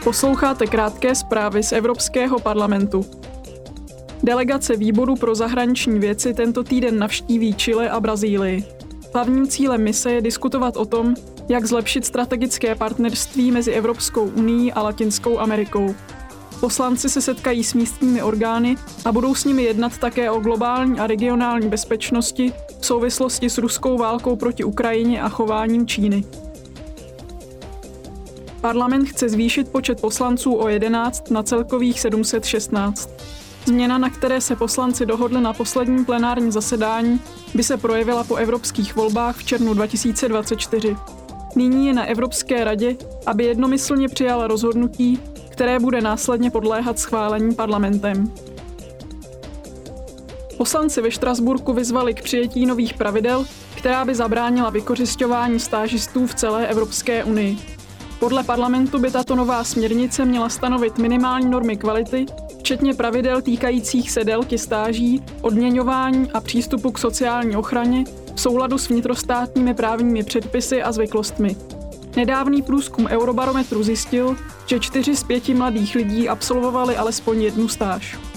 Posloucháte krátké zprávy z Evropského parlamentu. Delegace Výboru pro zahraniční věci tento týden navštíví Chile a Brazílii. Hlavním cílem mise je diskutovat o tom, jak zlepšit strategické partnerství mezi Evropskou unií a Latinskou Amerikou. Poslanci se setkají s místními orgány a budou s nimi jednat také o globální a regionální bezpečnosti v souvislosti s ruskou válkou proti Ukrajině a chováním Číny. Parlament chce zvýšit počet poslanců o 11 na celkových 716. Změna, na které se poslanci dohodli na posledním plenárním zasedání, by se projevila po evropských volbách v červnu 2024. Nyní je na Evropské radě, aby jednomyslně přijala rozhodnutí, které bude následně podléhat schválení parlamentem. Poslanci ve Štrasburku vyzvali k přijetí nových pravidel, která by zabránila vykořisťování stážistů v celé Evropské unii. Podle parlamentu by tato nová směrnice měla stanovit minimální normy kvality, včetně pravidel týkajících se délky stáží, odměňování a přístupu k sociální ochraně v souladu s vnitrostátními právními předpisy a zvyklostmi. Nedávný průzkum Eurobarometru zjistil, že 4 z 5 mladých lidí absolvovali alespoň jednu stáž.